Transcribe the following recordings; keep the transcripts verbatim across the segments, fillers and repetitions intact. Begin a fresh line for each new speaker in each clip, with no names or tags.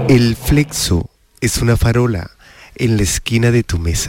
El flexo es una farola en la esquina de tu mesa.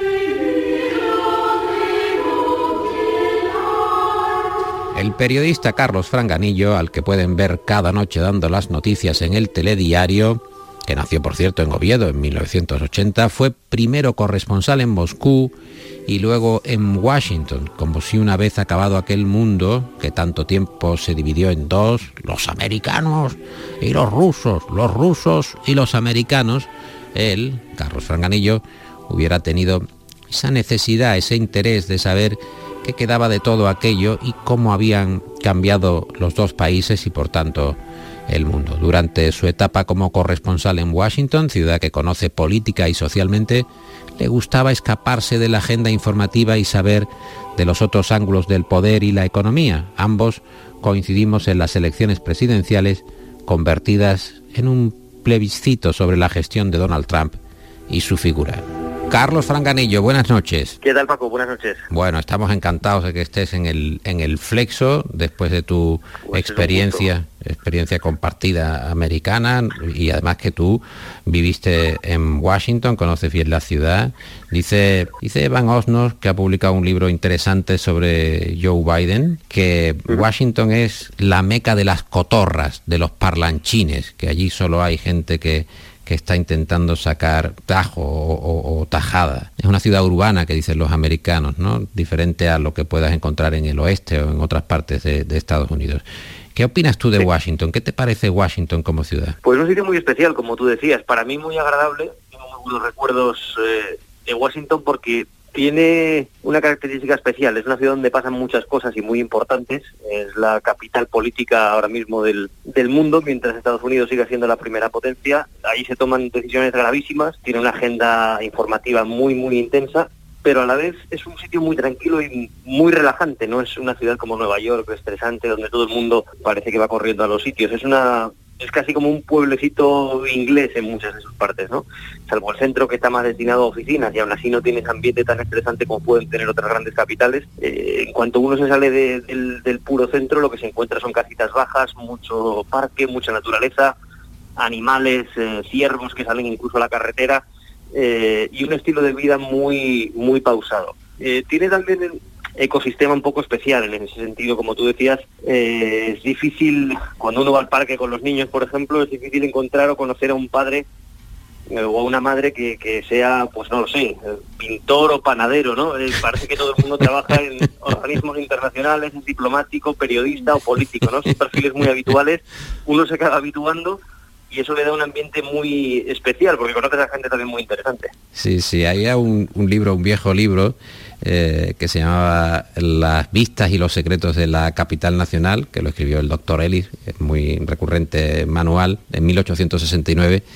El periodista Carlos Franganillo, al que pueden ver cada noche dando las noticias en el telediario, que nació por cierto en Oviedo en mil novecientos ochenta, fue primero corresponsal en Moscú y luego en Washington, como si una vez acabado aquel mundo que tanto tiempo se dividió en dos, los americanos y los rusos, los rusos y los americanos, él, Carlos Franganillo, hubiera tenido esa necesidad, ese interés de saber qué quedaba de todo aquello y cómo habían cambiado los dos países y por tanto el mundo. Durante su etapa como corresponsal en Washington, ciudad que conoce política y socialmente, le gustaba escaparse de la agenda informativa y saber de los otros ángulos del poder y la economía. Ambos coincidimos en las elecciones presidenciales convertidas en un plebiscito sobre la gestión de Donald Trump y su figura. Carlos Franganillo, buenas noches.
¿Qué tal, Paco? Buenas noches.
Bueno, estamos encantados de que estés en el en el Flexo después de tu pues experiencia experiencia compartida americana y además que tú viviste en Washington, conoces bien la ciudad. Dice dice Evan Osnos, que ha publicado un libro interesante sobre Joe Biden, que uh-huh. Washington es la meca de las cotorras, de los parlanchines, que allí solo hay gente que que está intentando sacar tajo o, o, o tajada. Es una ciudad urbana, que dicen los americanos, ¿no? Diferente a lo que puedas encontrar en el oeste o en otras partes de, de Estados Unidos. ¿Qué opinas tú de sí. Washington? ¿Qué te parece Washington como ciudad?
Pues un sitio muy especial, como tú decías. Para mí muy agradable. Tengo muy buenos recuerdos eh, de Washington porque tiene una característica especial. Es una ciudad donde pasan muchas cosas y muy importantes. Es la capital política ahora mismo del, del mundo, mientras Estados Unidos sigue siendo la primera potencia. Ahí se toman decisiones gravísimas. Tiene una agenda informativa muy, muy intensa, pero a la vez es un sitio muy tranquilo y muy relajante. No es una ciudad como Nueva York, estresante, donde todo el mundo parece que va corriendo a los sitios. Es una... Es casi como un pueblecito inglés en muchas de sus partes, ¿no? Salvo el centro, que está más destinado a oficinas y aún así no tiene ese ambiente tan estresante como pueden tener otras grandes capitales. Eh, en cuanto uno se sale de, del, del puro centro, lo que se encuentra son casitas bajas, mucho parque, mucha naturaleza, animales, eh, ciervos que salen incluso a la carretera, eh, y un estilo de vida muy, muy pausado. Eh, tiene también el ecosistema un poco especial en ese sentido, como tú decías. Eh, es difícil, cuando uno va al parque con los niños, por ejemplo, es difícil encontrar o conocer a un padre eh, o a una madre que, que sea, pues no lo sé, pintor o panadero, ¿no? Eh, parece que todo el mundo trabaja en organismos internacionales, es diplomático, periodista o político, ¿no? Son perfiles muy habituales, uno se acaba habituando y eso le da un ambiente muy especial, porque conoces a gente también muy interesante.
Sí, sí, había un, un libro, un viejo libro, eh, que se llamaba Las vistas y los secretos de la capital nacional, que lo escribió el doctor Ellis, es muy recurrente manual, en mil ochocientos sesenta y nueve,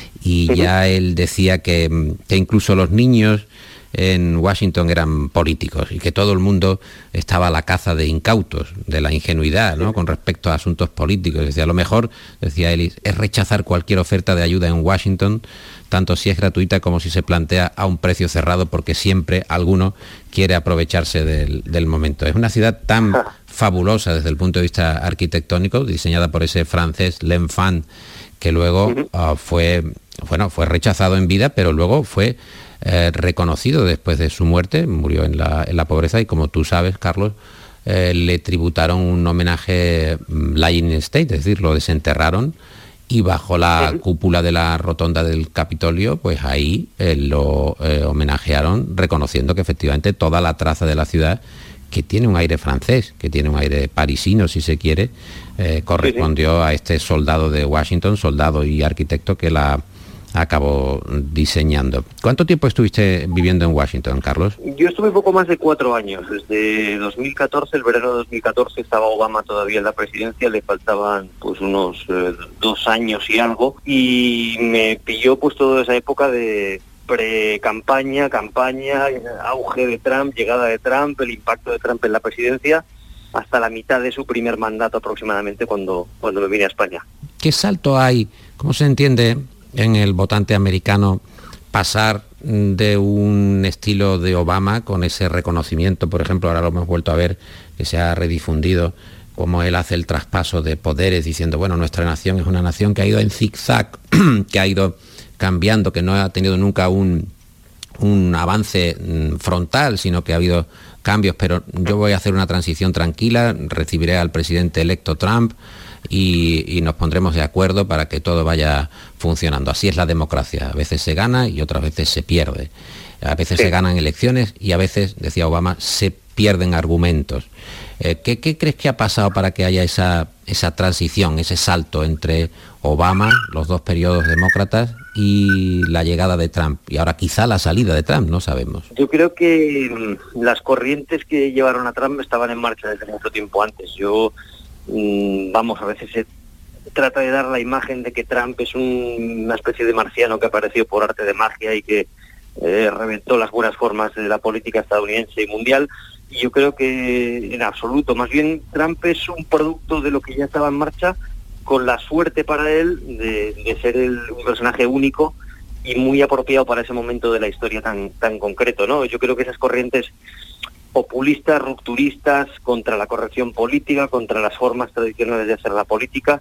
y uh-huh. ya él decía que, que incluso los niños en Washington eran políticos y que todo el mundo estaba a la caza de incautos, de la ingenuidad, ¿no? Con respecto a asuntos políticos. Decía, a lo mejor, decía Ellis, es rechazar cualquier oferta de ayuda en Washington, tanto si es gratuita como si se plantea a un precio cerrado, porque siempre alguno quiere aprovecharse del, del momento. Es una ciudad tan fabulosa desde el punto de vista arquitectónico, diseñada por ese francés L'Enfant, que luego uh, fue, bueno, fue rechazado en vida, pero luego fue Eh, reconocido después de su muerte. Murió en la, en la pobreza y, como tú sabes, Carlos, eh, le tributaron un homenaje lying in state, es decir, lo desenterraron y bajo la ¿Sí? cúpula de la rotonda del Capitolio, pues ahí eh, lo eh, homenajearon, reconociendo que efectivamente toda la traza de la ciudad, que tiene un aire francés, que tiene un aire parisino, si se quiere, eh, correspondió sí, sí. a este soldado de Washington, soldado y arquitecto que la acabó diseñando. ¿Cuánto tiempo estuviste viviendo en Washington, Carlos?
Yo estuve poco más de cuatro años. Desde dos mil catorce, el verano de dos mil catorce, estaba Obama todavía en la presidencia, le faltaban pues unos eh, dos años y algo, y me pilló pues toda esa época de pre-campaña, campaña, auge de Trump, llegada de Trump, el impacto de Trump en la presidencia, hasta la mitad de su primer mandato aproximadamente, cuando, cuando me vine a España.
¿Qué salto hay? ¿Cómo se entiende en el votante americano pasar de un estilo de Obama, con ese reconocimiento, por ejemplo, ahora lo hemos vuelto a ver, que se ha redifundido, cómo él hace el traspaso de poderes diciendo, bueno, nuestra nación es una nación que ha ido en zigzag, que ha ido cambiando, que no ha tenido nunca un, un avance frontal, sino que ha habido cambios, pero yo voy a hacer una transición tranquila, recibiré al presidente electo Trump y, y nos pondremos de acuerdo para que todo vaya funcionando. Así es la democracia, a veces se gana y otras veces se pierde. A veces sí. se ganan elecciones y a veces, decía Obama, se pierden argumentos. Eh, ¿qué, ¿Qué crees que ha pasado para que haya esa, esa transición, ese salto entre Obama, los dos periodos demócratas, y la llegada de Trump? Y ahora quizá la salida de Trump, no sabemos.
Yo creo que mmm, las corrientes que llevaron a Trump estaban en marcha desde mucho tiempo antes. Yo, mmm, vamos, a veces se trata de dar la imagen de que Trump es un, una especie de marciano que apareció por arte de magia y que eh, reventó las buenas formas de la política estadounidense y mundial. Y yo creo que en absoluto, más bien Trump es un producto de lo que ya estaba en marcha, con la suerte para él de, de ser el, un personaje único y muy apropiado para ese momento de la historia tan, tan concreto, ¿no? Yo creo que esas corrientes populistas, rupturistas, contra la corrección política, contra las formas tradicionales de hacer la política,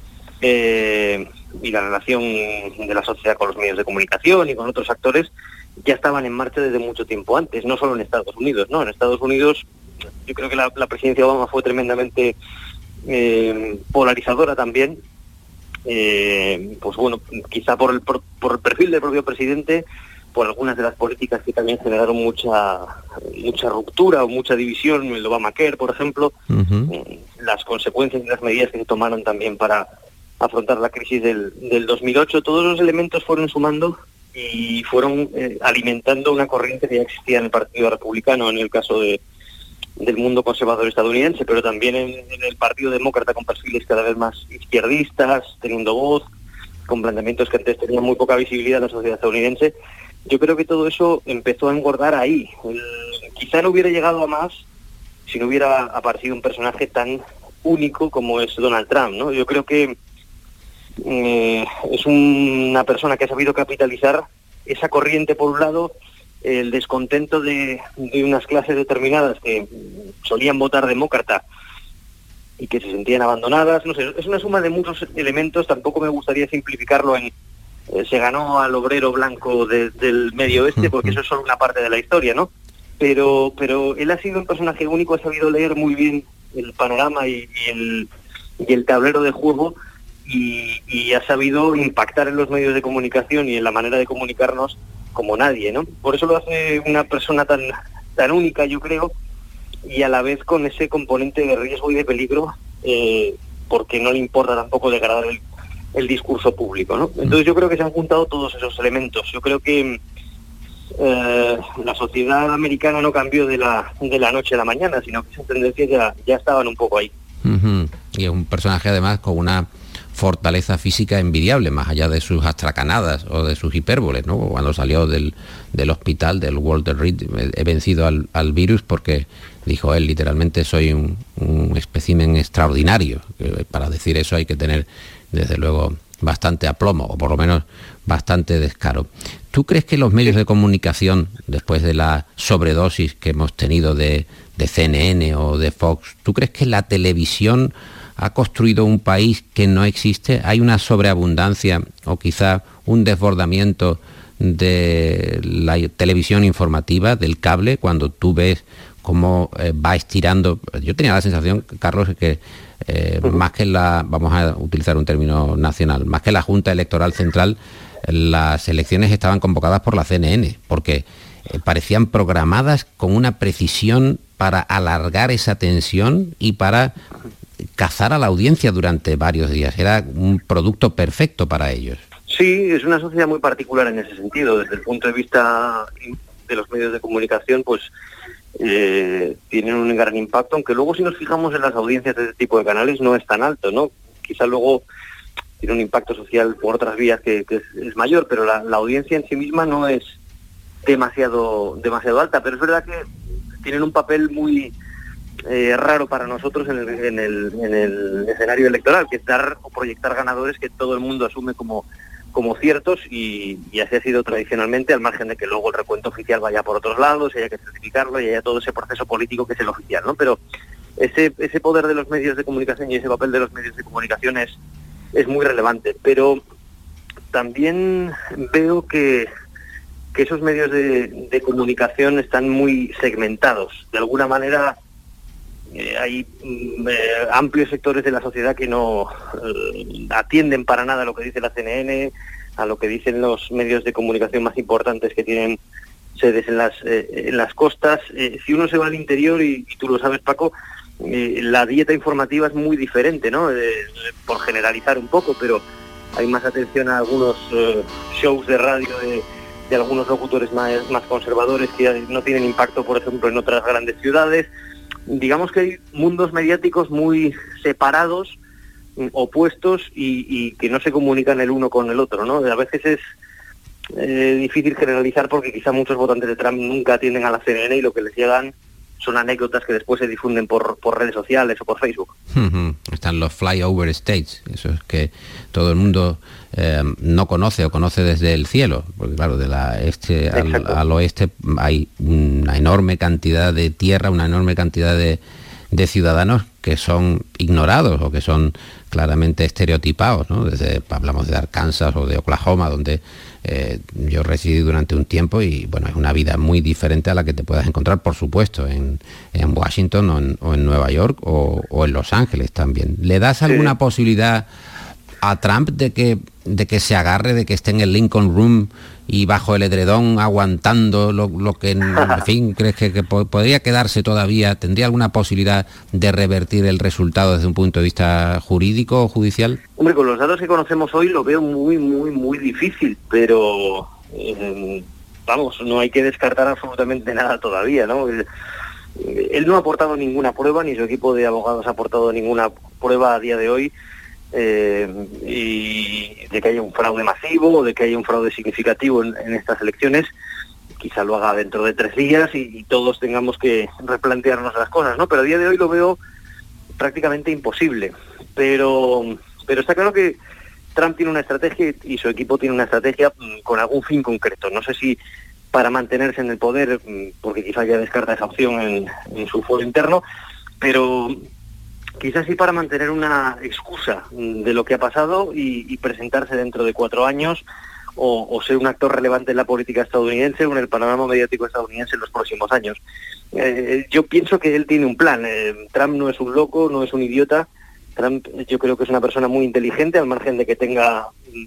eh, y la relación de la sociedad con los medios de comunicación y con otros actores, ya estaban en marcha desde mucho tiempo antes, no solo en Estados Unidos, ¿no? En Estados Unidos yo creo que la, la presidencia de Obama fue tremendamente eh, polarizadora también, eh, pues bueno, quizá por el, por, por el perfil del propio presidente, por algunas de las políticas que también generaron mucha mucha ruptura o mucha división, el Obamacare, por ejemplo, uh-huh. las consecuencias y las medidas que se tomaron también para afrontar la crisis del, del dos mil ocho, todos los elementos fueron sumando y fueron eh, alimentando una corriente que ya existía en el Partido Republicano, en el caso de del mundo conservador estadounidense, pero también en, en el Partido Demócrata, con perfiles cada vez más izquierdistas, teniendo voz, con planteamientos que antes tenían muy poca visibilidad en la sociedad estadounidense. Yo creo que todo eso empezó a engordar ahí. El, quizá no hubiera llegado a más si no hubiera aparecido un personaje tan único como es Donald Trump, ¿no? Yo creo que eh, es un, una persona que ha sabido capitalizar esa corriente, por un lado, el descontento de, de unas clases determinadas que solían votar demócrata y que se sentían abandonadas. No sé, es una suma de muchos elementos. Tampoco me gustaría simplificarlo en eh, se ganó al obrero blanco de, del medio oeste, porque eso es solo una parte de la historia, ¿no? Pero pero él ha sido un personaje único, ha sabido leer muy bien el panorama y, y, el, y el tablero de juego, y, y ha sabido impactar en los medios de comunicación y en la manera de comunicarnos como nadie, ¿no? Por eso lo hace una persona tan tan única, yo creo, y a la vez con ese componente de riesgo y de peligro, eh, porque no le importa tampoco degradar el, el discurso público, ¿no? Entonces yo creo que se han juntado todos esos elementos. Yo creo que eh, la sociedad americana no cambió de la de la noche a la mañana, sino que esas tendencias ya, ya estaban un poco ahí.
Uh-huh. Y es un personaje además con una fortaleza física envidiable, más allá de sus astracanadas o de sus hipérboles, ¿no? Cuando salió del, del hospital, del Walter Reed, he vencido al, al virus, porque dijo él literalmente, soy un, un espécimen extraordinario. Para decir eso hay que tener, desde luego, bastante aplomo, o por lo menos bastante descaro. ¿Tú crees que los medios de comunicación, después de la sobredosis que hemos tenido de, de C N N o de Fox, ¿tú crees que la televisión ha construido un país que no existe? ¿Hay una sobreabundancia o quizá un desbordamiento de la televisión informativa, del cable, cuando tú ves cómo eh, va estirando? Yo tenía la sensación, Carlos, que eh, más que la, vamos a utilizar un término nacional, más que la Junta Electoral Central, las elecciones estaban convocadas por la C N N, porque eh, parecían programadas con una precisión para alargar esa tensión y para cazar a la audiencia durante varios días. Era un producto perfecto para ellos.
Sí, es una sociedad muy particular en ese sentido. Desde el punto de vista de los medios de comunicación, pues eh, tienen un gran impacto, aunque luego si nos fijamos en las audiencias de este tipo de canales no es tan alto, ¿no? Quizá luego tiene un impacto social por otras vías que, que es, es mayor, pero la, la audiencia en sí misma no es demasiado demasiado alta, pero es verdad que tienen un papel muy Eh, raro para nosotros en el, en, el, en el escenario electoral, que es dar o proyectar ganadores que todo el mundo asume como, como ciertos, y, y así ha sido tradicionalmente, al margen de que luego el recuento oficial vaya por otros lados, haya que certificarlo y haya todo ese proceso político que es el oficial, ¿no? Pero ese, ese poder de los medios de comunicación y ese papel de los medios de comunicación es, es muy relevante, pero también veo que, que esos medios de, de comunicación están muy segmentados. De alguna manera eh, hay eh, amplios sectores de la sociedad que no eh, atienden para nada a lo que dice la C N N, a lo que dicen los medios de comunicación más importantes que tienen sedes en las, eh, en las costas. Eh, si uno se va al interior, y, y tú lo sabes, Paco, eh, la dieta informativa es muy diferente, ¿no? Eh, por generalizar un poco, pero hay más atención a algunos eh, shows de radio de, de algunos locutores más, más conservadores que no tienen impacto, por ejemplo, en otras grandes ciudades. Digamos que hay mundos mediáticos muy separados, opuestos, y, y que no se comunican el uno con el otro, ¿no? A veces es eh, difícil generalizar porque quizá muchos votantes de Trump nunca atienden a la C N N y lo que les llegan son anécdotas que después se difunden por, por redes sociales o por Facebook.
Uh-huh. Están los flyover states, eso es que todo el mundo eh, no conoce o conoce desde el cielo, porque claro, de la este al, al oeste hay una enorme cantidad de tierra, una enorme cantidad de, de ciudadanos que son ignorados o que son claramente estereotipados, ¿no? Desde, hablamos de Arkansas o de Oklahoma, donde eh, yo residí durante un tiempo, y bueno, es una vida muy diferente a la que te puedas encontrar, por supuesto, en, en Washington o en, o en Nueva York o, o en Los Ángeles también. ¿Le das alguna sí. posibilidad a Trump de que, de que se agarre, de que esté en el Lincoln Room y bajo el edredón aguantando lo, lo que, en fin, crees que, que podría quedarse todavía? ¿Tendría alguna posibilidad de revertir el resultado desde un punto de vista jurídico o judicial?
Hombre, con los datos que conocemos hoy lo veo muy, muy, muy difícil, pero eh, vamos, no hay que descartar absolutamente nada todavía, ¿no? Él, él no ha aportado ninguna prueba, ni su equipo de abogados ha aportado ninguna prueba a día de hoy, Eh, y de que haya un fraude masivo o de que haya un fraude significativo en, en estas elecciones. Quizá lo haga dentro de tres días y, y todos tengamos que replantearnos las cosas, ¿no? Pero a día de hoy lo veo prácticamente imposible. Pero, pero está claro que Trump tiene una estrategia y su equipo tiene una estrategia con algún fin concreto. No sé si para mantenerse en el poder, porque quizá ya descarta esa opción en, en su foro interno, pero quizás sí para mantener una excusa de lo que ha pasado y, y presentarse dentro de cuatro años o, o ser un actor relevante en la política estadounidense o en el panorama mediático estadounidense en los próximos años. Eh, yo pienso que él tiene un plan. Eh, Trump no es un loco, no es un idiota. Trump yo creo que es una persona muy inteligente, al margen de que tenga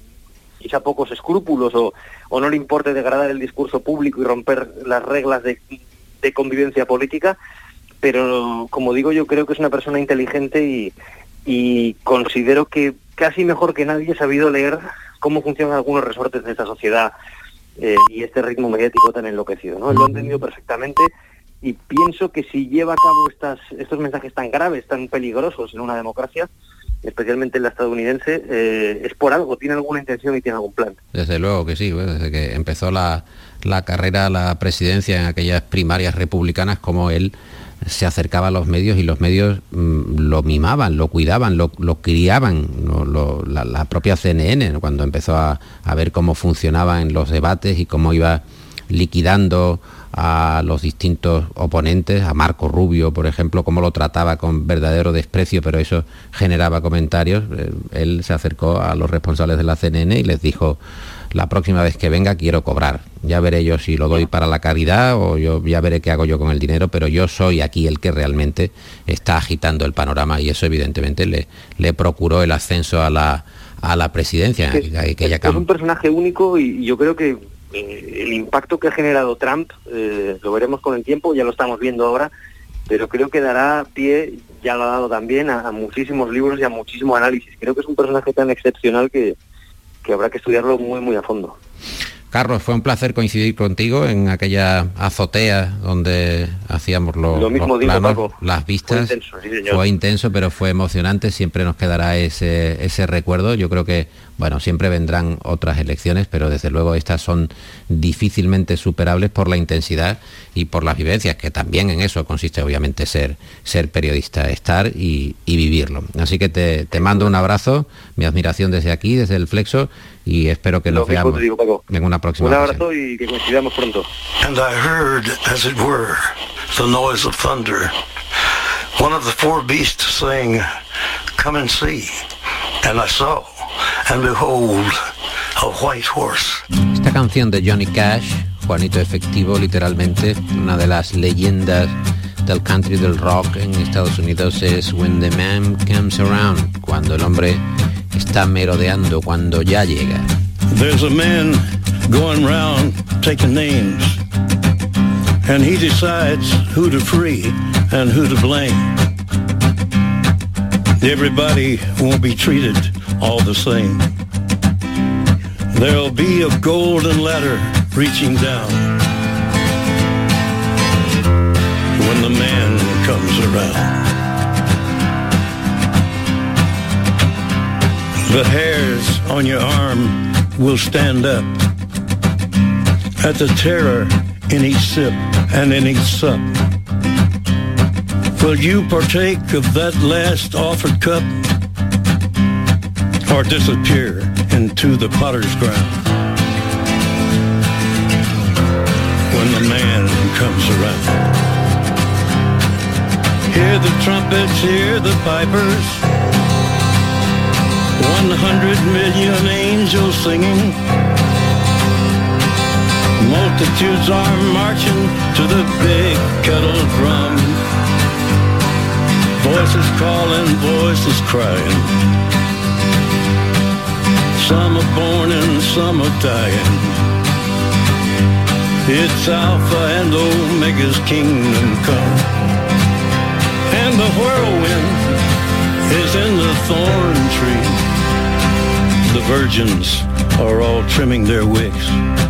quizá pocos escrúpulos o, o no le importe degradar el discurso público y romper las reglas de, de convivencia política. Pero, como digo, yo creo que es una persona inteligente y, y considero que casi mejor que nadie ha sabido leer cómo funcionan algunos resortes de esta sociedad eh, y este ritmo mediático tan enloquecido, ¿no? Él lo ha entendido perfectamente y pienso que si lleva a cabo estas, estos mensajes tan graves, tan peligrosos en una democracia, especialmente en la estadounidense, eh, es por algo, tiene alguna intención y tiene algún plan.
Desde luego que sí, desde que empezó la, la carrera a la presidencia en aquellas primarias republicanas, como él se acercaba a los medios y los medios mmm, lo mimaban, lo cuidaban, lo, lo criaban, lo, lo, la, la propia C N N, ¿no? Cuando empezó a, a ver cómo funcionaban los debates y cómo iba liquidando a los distintos oponentes, a Marco Rubio, por ejemplo, cómo lo trataba con verdadero desprecio, pero eso generaba comentarios. Él se acercó a los responsables de la C N N y les dijo: la próxima vez que venga quiero cobrar, ya veré yo si lo doy para la caridad o yo ya veré qué hago yo con el dinero, pero yo soy aquí el que realmente está agitando el panorama, y eso evidentemente le, le procuró el ascenso a la, a la presidencia.
Es, que ella es un personaje único y yo creo que eh, el impacto que ha generado Trump, eh, lo veremos con el tiempo, ya lo estamos viendo ahora, pero creo que dará pie, ya lo ha dado también, a, a muchísimos libros y a muchísimo análisis. Creo que es un personaje tan excepcional que que habrá que estudiarlo muy, muy a fondo.
Carlos, fue un placer coincidir contigo en aquella azotea donde hacíamos los,
Lo mismo
los
digo,
planos,
Paco.
las vistas.
Fue intenso, sí, señor.
Fue intenso, pero fue emocionante. Siempre nos quedará ese, ese recuerdo. Yo creo que, bueno, siempre vendrán otras elecciones, pero desde luego estas son difícilmente superables por la intensidad y por las vivencias, que también en eso consiste obviamente ser, ser periodista, estar y, y vivirlo. Así que te, te mando un abrazo, mi admiración desde aquí, desde el Flexo, y espero que nos veamos
digo, Paco.
en una próxima
Un abrazo
ocasión.
Y que coincidamos pronto.
And I heard, as it were, the noise of thunder. one of the four beasts saying, "Come and see." And I saw, and behold, a white horse.
Esta canción de Johnny Cash, Juanito Efectivo, literalmente, una de las leyendas del country, del rock en Estados Unidos, es When the Man Comes Around, cuando el hombre está merodeando, cuando ya llega.
There's a man going round taking names, and he decides who to free and who to blame. Everybody won't be treated all the same. There'll be a golden ladder reaching down when the man comes around. The hairs on your arm will stand up at the terror in each sip and in each sup. Will you partake of that last offered cup, or disappear into the potter's ground when the man comes around? Hear the trumpets, hear the pipers, one hundred million angels singing. Multitudes are marching to the big kettle drum. Voices calling, voices crying. Some are born and some are dying. It's Alpha and Omega's kingdom come. And the whirlwind is in the thorn tree. The virgins are all trimming their wicks.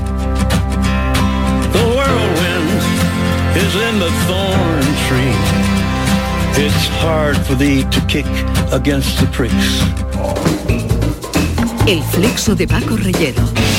The whirlwind is in the thorn tree. It's hard for thee to kick against the pricks.
El flexo de Paco Reyero.